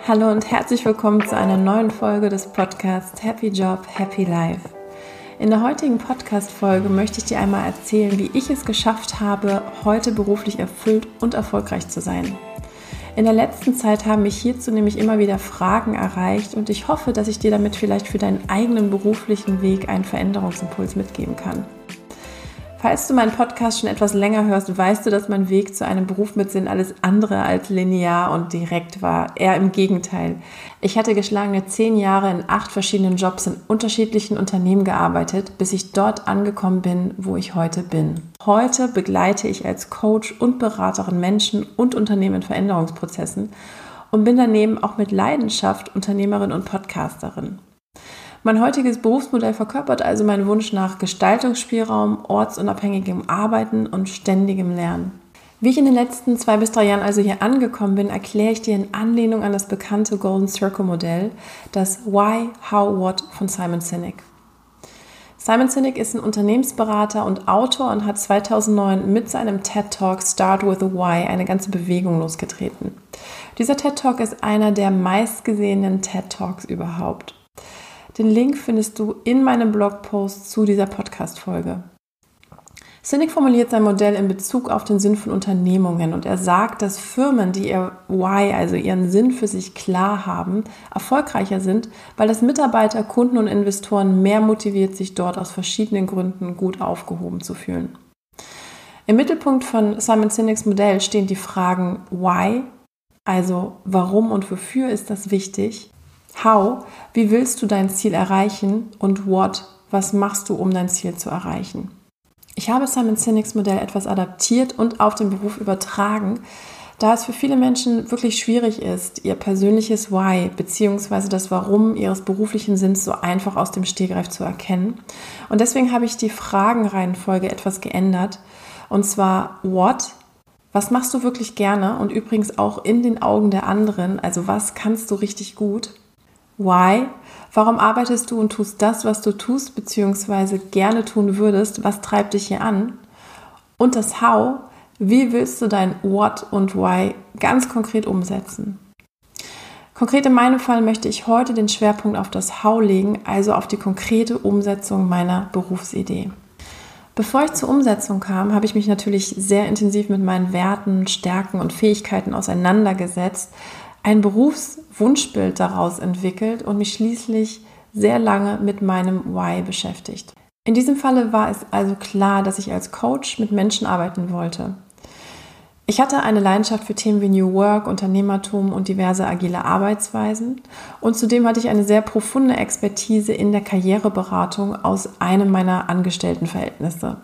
Hallo und herzlich willkommen zu einer neuen Folge des Podcasts Happy Job, Happy Life. In der heutigen Podcast-Folge möchte ich dir einmal erzählen, wie ich es geschafft habe, heute beruflich erfüllt und erfolgreich zu sein. In der letzten Zeit haben mich hierzu nämlich immer wieder Fragen erreicht und ich hoffe, dass ich dir damit vielleicht für deinen eigenen beruflichen Weg einen Veränderungsimpuls mitgeben kann. Falls du meinen Podcast schon etwas länger hörst, weißt du, dass mein Weg zu einem Beruf mit Sinn alles andere als linear und direkt war. Eher im Gegenteil. Ich hatte geschlagene 10 Jahre in 8 verschiedenen Jobs in unterschiedlichen Unternehmen gearbeitet, bis ich dort angekommen bin, wo ich heute bin. Heute begleite ich als Coach und Beraterin Menschen und Unternehmen in Veränderungsprozessen und bin daneben auch mit Leidenschaft Unternehmerin und Podcasterin. Mein heutiges Berufsmodell verkörpert also meinen Wunsch nach Gestaltungsspielraum, ortsunabhängigem Arbeiten und ständigem Lernen. Wie ich in den letzten 2 bis 3 Jahren also hier angekommen bin, erkläre ich dir in Anlehnung an das bekannte Golden Circle Modell, das Why, How, What von Simon Sinek. Simon Sinek ist ein Unternehmensberater und Autor und hat 2009 mit seinem TED Talk Start with a Why eine ganze Bewegung losgetreten. Dieser TED Talk ist einer der meistgesehenen TED Talks überhaupt. Den Link findest du in meinem Blogpost zu dieser Podcast-Folge. Sinek formuliert sein Modell in Bezug auf den Sinn von Unternehmungen und er sagt, dass Firmen, die ihr Why, also ihren Sinn für sich klar haben, erfolgreicher sind, weil das Mitarbeiter, Kunden und Investoren mehr motiviert, sich dort aus verschiedenen Gründen gut aufgehoben zu fühlen. Im Mittelpunkt von Simon Sineks Modell stehen die Fragen Why, also warum und wofür ist das wichtig? How, wie willst du dein Ziel erreichen? Und what, was machst du, um dein Ziel zu erreichen? Ich habe Simon Sineks Modell etwas adaptiert und auf den Beruf übertragen, da es für viele Menschen wirklich schwierig ist, ihr persönliches Why bzw. das Warum ihres beruflichen Sinns so einfach aus dem Stegreif zu erkennen. Und deswegen habe ich die Fragenreihenfolge etwas geändert. Und zwar What, was machst du wirklich gerne und übrigens auch in den Augen der anderen, also was kannst du richtig gut? Why? Warum arbeitest du und tust das, was du tust, beziehungsweise gerne tun würdest? Was treibt dich hier an? Und das How? Wie willst du dein What und Why ganz konkret umsetzen? Konkret in meinem Fall möchte ich heute den Schwerpunkt auf das How legen, also auf die konkrete Umsetzung meiner Berufsidee. Bevor ich zur Umsetzung kam, habe ich mich natürlich sehr intensiv mit meinen Werten, Stärken und Fähigkeiten auseinandergesetzt, ein Berufswunschbild daraus entwickelt und mich schließlich sehr lange mit meinem Why beschäftigt. In diesem Falle war es also klar, dass ich als Coach mit Menschen arbeiten wollte. Ich hatte eine Leidenschaft für Themen wie New Work, Unternehmertum und diverse agile Arbeitsweisen und zudem hatte ich eine sehr profunde Expertise in der Karriereberatung aus einem meiner Angestelltenverhältnisse.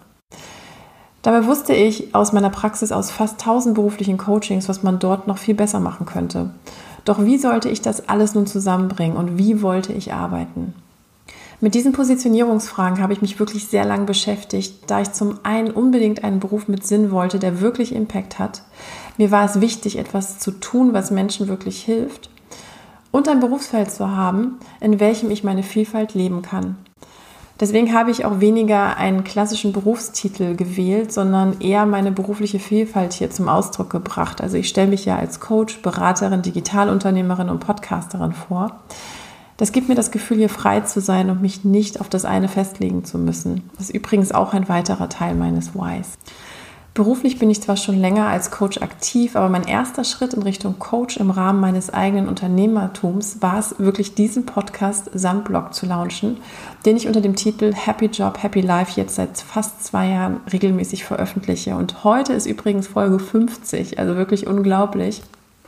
Dabei wusste ich aus meiner Praxis aus fast 1000 beruflichen Coachings, was man dort noch viel besser machen könnte. Doch wie sollte ich das alles nun zusammenbringen und wie wollte ich arbeiten? Mit diesen Positionierungsfragen habe ich mich wirklich sehr lange beschäftigt, da ich zum einen unbedingt einen Beruf mit Sinn wollte, der wirklich Impact hat. Mir war es wichtig, etwas zu tun, was Menschen wirklich hilft und ein Berufsfeld zu haben, in welchem ich meine Vielfalt leben kann. Deswegen habe ich auch weniger einen klassischen Berufstitel gewählt, sondern eher meine berufliche Vielfalt hier zum Ausdruck gebracht. Also ich stelle mich ja als Coach, Beraterin, Digitalunternehmerin und Podcasterin vor. Das gibt mir das Gefühl, hier frei zu sein und mich nicht auf das eine festlegen zu müssen. Das ist übrigens auch ein weiterer Teil meines Whys. Beruflich bin ich zwar schon länger als Coach aktiv, aber mein erster Schritt in Richtung Coach im Rahmen meines eigenen Unternehmertums war es, wirklich diesen Podcast samt Blog zu launchen, den ich unter dem Titel Happy Job, Happy Life jetzt seit fast 2 Jahren regelmäßig veröffentliche. Und heute ist übrigens Folge 50, also wirklich unglaublich.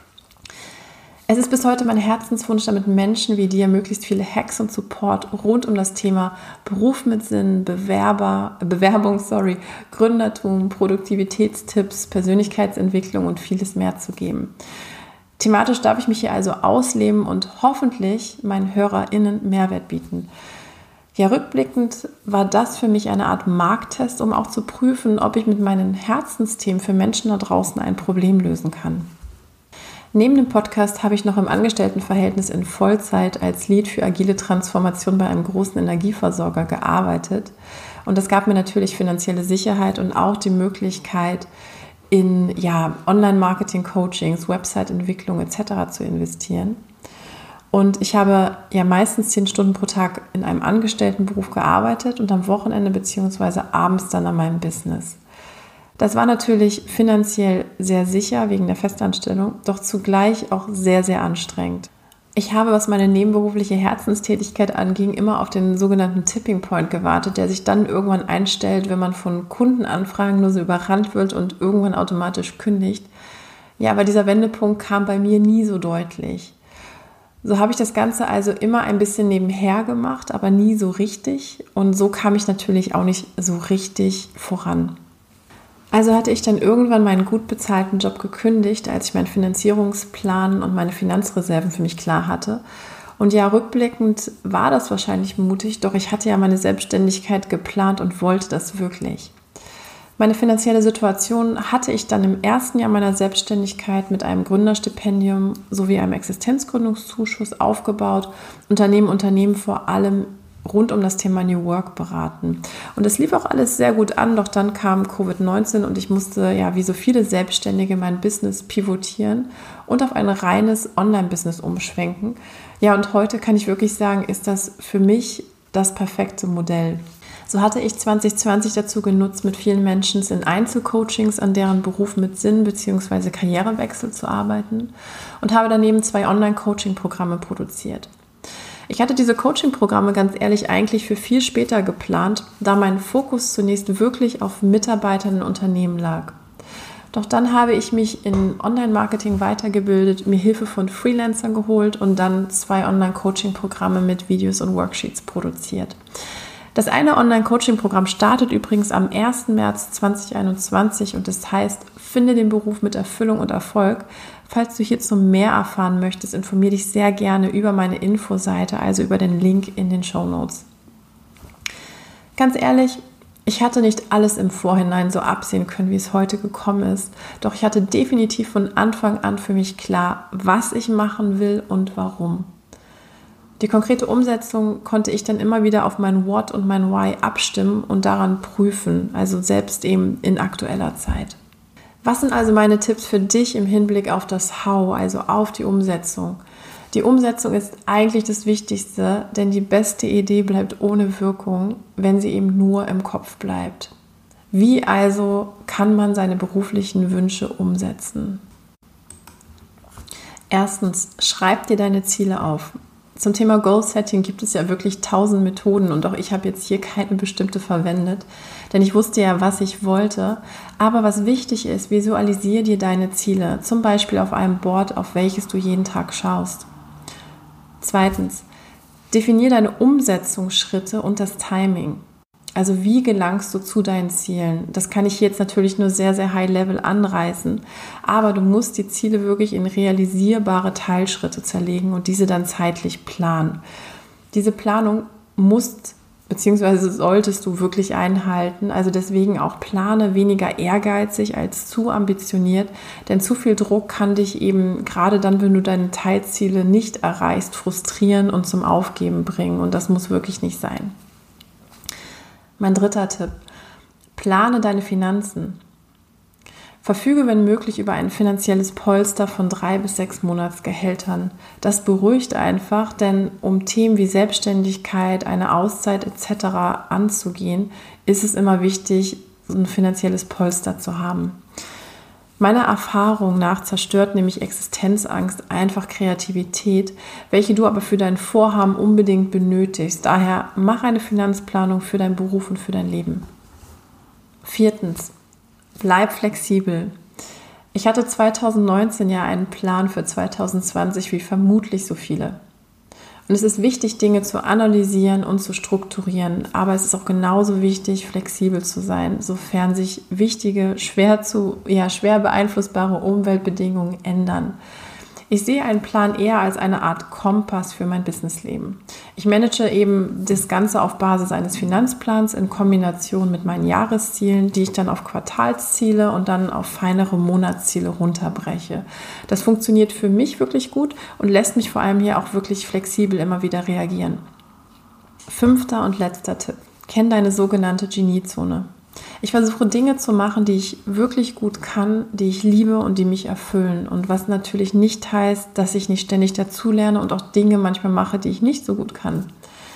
Es ist bis heute mein Herzenswunsch, damit Menschen wie dir möglichst viele Hacks und Support rund um das Thema Beruf mit Sinn, Bewerbung, Gründertum, Produktivitätstipps, Persönlichkeitsentwicklung und vieles mehr zu geben. Thematisch darf ich mich hier also ausleben und hoffentlich meinen HörerInnen Mehrwert bieten. Ja, rückblickend war das für mich eine Art Markttest, um auch zu prüfen, ob ich mit meinen Herzensthemen für Menschen da draußen ein Problem lösen kann. Neben dem Podcast habe ich noch im Angestelltenverhältnis in Vollzeit als Lead für agile Transformation bei einem großen Energieversorger gearbeitet. Und das gab mir natürlich finanzielle Sicherheit und auch die Möglichkeit, in Online-Marketing, Coachings, Website-Entwicklung etc. zu investieren. Und ich habe ja meistens 10 Stunden pro Tag in einem Angestelltenberuf gearbeitet und am Wochenende bzw. abends dann an meinem Business. Das war natürlich finanziell sehr sicher wegen der Festanstellung, doch zugleich auch sehr, sehr anstrengend. Ich habe, was meine nebenberufliche Herzenstätigkeit anging, immer auf den sogenannten Tipping Point gewartet, der sich dann irgendwann einstellt, wenn man von Kundenanfragen nur so überrannt wird und irgendwann automatisch kündigt. Ja, aber dieser Wendepunkt kam bei mir nie so deutlich. So habe ich das Ganze also immer ein bisschen nebenher gemacht, aber nie so richtig. Und so kam ich natürlich auch nicht so richtig voran. Also hatte ich dann irgendwann meinen gut bezahlten Job gekündigt, als ich meinen Finanzierungsplan und meine Finanzreserven für mich klar hatte. Und ja, rückblickend war das wahrscheinlich mutig, doch ich hatte ja meine Selbstständigkeit geplant und wollte das wirklich. Meine finanzielle Situation hatte ich dann im ersten Jahr meiner Selbstständigkeit mit einem Gründerstipendium sowie einem Existenzgründungszuschuss aufgebaut, Unternehmen vor allem rund um das Thema New Work beraten. Und es lief auch alles sehr gut an, doch dann kam Covid-19 und ich musste ja wie so viele Selbstständige mein Business pivotieren und auf ein reines Online-Business umschwenken. Ja, und heute kann ich wirklich sagen, ist das für mich das perfekte Modell. So hatte ich 2020 dazu genutzt, mit vielen Menschen in Einzelcoachings an deren Beruf mit Sinn bzw. Karrierewechsel zu arbeiten und habe daneben 2 Online-Coaching-Programme produziert. Ich hatte diese Coaching-Programme ganz ehrlich eigentlich für viel später geplant, da mein Fokus zunächst wirklich auf Mitarbeitern in Unternehmen lag. Doch dann habe ich mich in Online-Marketing weitergebildet, mir Hilfe von Freelancern geholt und dann 2 Online-Coaching-Programme mit Videos und Worksheets produziert. Das eine Online-Coaching-Programm startet übrigens am 1. März 2021 und das heißt, finde den Beruf mit Erfüllung und Erfolg. Falls du hierzu mehr erfahren möchtest, informiere dich sehr gerne über meine Infoseite, also über den Link in den Shownotes. Ganz ehrlich, ich hatte nicht alles im Vorhinein so absehen können, wie es heute gekommen ist. Doch ich hatte definitiv von Anfang an für mich klar, was ich machen will und warum. Die konkrete Umsetzung konnte ich dann immer wieder auf mein What und mein Why abstimmen und daran prüfen, also selbst eben in aktueller Zeit. Was sind also meine Tipps für dich im Hinblick auf das How, also auf die Umsetzung? Die Umsetzung ist eigentlich das Wichtigste, denn die beste Idee bleibt ohne Wirkung, wenn sie eben nur im Kopf bleibt. Wie also kann man seine beruflichen Wünsche umsetzen? Erstens, schreib dir deine Ziele auf. Zum Thema Goal-Setting gibt es ja wirklich 1000 Methoden und auch ich habe jetzt hier keine bestimmte verwendet, denn ich wusste ja, was ich wollte. Aber was wichtig ist, visualisiere dir deine Ziele, zum Beispiel auf einem Board, auf welches du jeden Tag schaust. Zweitens, definiere deine Umsetzungsschritte und das Timing. Also wie gelangst du zu deinen Zielen? Das kann ich jetzt natürlich nur sehr, sehr high-level anreißen, aber du musst die Ziele wirklich in realisierbare Teilschritte zerlegen und diese dann zeitlich planen. Diese Planung musst bzw. solltest du wirklich einhalten, also deswegen auch plane weniger ehrgeizig als zu ambitioniert, denn zu viel Druck kann dich eben gerade dann, wenn du deine Teilziele nicht erreichst, frustrieren und zum Aufgeben bringen und das muss wirklich nicht sein. Mein 3. Tipp, plane deine Finanzen. Verfüge, wenn möglich, über ein finanzielles Polster von 3 bis 6 Monatsgehältern. Das beruhigt einfach, denn um Themen wie Selbstständigkeit, eine Auszeit etc. anzugehen, ist es immer wichtig, so ein finanzielles Polster zu haben. Meiner Erfahrung nach zerstört nämlich Existenzangst einfach Kreativität, welche du aber für dein Vorhaben unbedingt benötigst. Daher mach eine Finanzplanung für deinen Beruf und für dein Leben. 4. Bleib flexibel. Ich hatte 2019 ja einen Plan für 2020, wie vermutlich so viele. Und es ist wichtig, Dinge zu analysieren und zu strukturieren, aber es ist auch genauso wichtig, flexibel zu sein, sofern sich wichtige, schwer beeinflussbare Umweltbedingungen ändern. Ich sehe einen Plan eher als eine Art Kompass für mein Businessleben. Ich manage eben das Ganze auf Basis eines Finanzplans in Kombination mit meinen Jahreszielen, die ich dann auf Quartalsziele und dann auf feinere Monatsziele runterbreche. Das funktioniert für mich wirklich gut und lässt mich vor allem hier auch wirklich flexibel immer wieder reagieren. 5. und letzter Tipp. Kenn deine sogenannte Geniezone. Ich versuche Dinge zu machen, die ich wirklich gut kann, die ich liebe und die mich erfüllen. Und was natürlich nicht heißt, dass ich nicht ständig dazulerne und auch Dinge manchmal mache, die ich nicht so gut kann.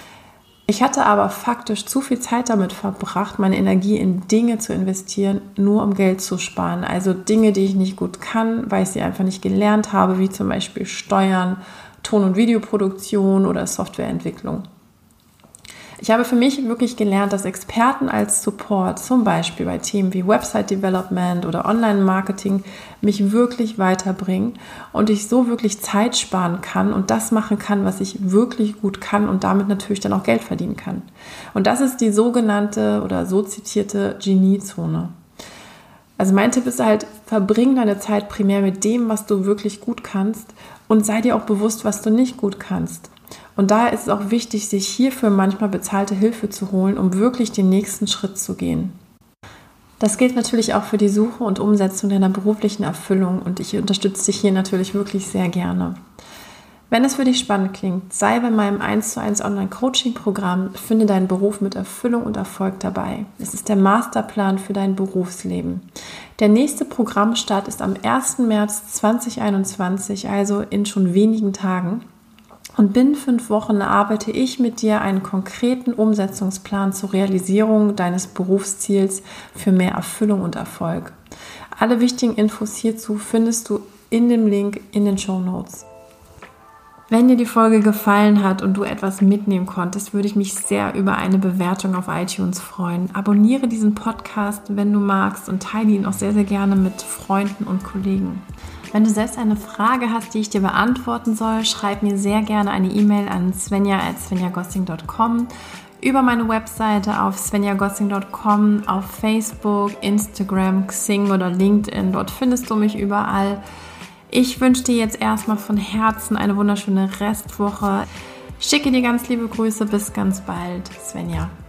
Ich hatte aber faktisch zu viel Zeit damit verbracht, meine Energie in Dinge zu investieren, nur um Geld zu sparen. Also Dinge, die ich nicht gut kann, weil ich sie einfach nicht gelernt habe, wie zum Beispiel Steuern, Ton- und Videoproduktion oder Softwareentwicklung. Ich habe für mich wirklich gelernt, dass Experten als Support, zum Beispiel bei Themen wie Website Development oder Online-Marketing, mich wirklich weiterbringen und ich so wirklich Zeit sparen kann und das machen kann, was ich wirklich gut kann und damit natürlich dann auch Geld verdienen kann. Und das ist die sogenannte oder so zitierte Geniezone. Also mein Tipp ist halt, verbring deine Zeit primär mit dem, was du wirklich gut kannst und sei dir auch bewusst, was du nicht gut kannst. Und daher ist es auch wichtig, sich hierfür manchmal bezahlte Hilfe zu holen, um wirklich den nächsten Schritt zu gehen. Das gilt natürlich auch für die Suche und Umsetzung deiner beruflichen Erfüllung und ich unterstütze dich hier natürlich wirklich sehr gerne. Wenn es für dich spannend klingt, sei bei meinem 1:1 Online-Coaching-Programm Finde deinen Beruf mit Erfüllung und Erfolg dabei. Es ist der Masterplan für dein Berufsleben. Der nächste Programmstart ist am 1. März 2021, also in schon wenigen Tagen. Und binnen 5 Wochen arbeite ich mit dir einen konkreten Umsetzungsplan zur Realisierung deines Berufsziels für mehr Erfüllung und Erfolg. Alle wichtigen Infos hierzu findest du in dem Link in den Shownotes. Wenn dir die Folge gefallen hat und du etwas mitnehmen konntest, würde ich mich sehr über eine Bewertung auf iTunes freuen. Abonniere diesen Podcast, wenn du magst, und teile ihn auch sehr, sehr gerne mit Freunden und Kollegen. Wenn du selbst eine Frage hast, die ich dir beantworten soll, schreib mir sehr gerne eine E-Mail an svenja@svenjagossing.com, über meine Webseite auf svenjagossing.com, auf Facebook, Instagram, Xing oder LinkedIn. Dort findest du mich überall. Ich wünsche dir jetzt erstmal von Herzen eine wunderschöne Restwoche. Schicke dir ganz liebe Grüße. Bis ganz bald. Svenja.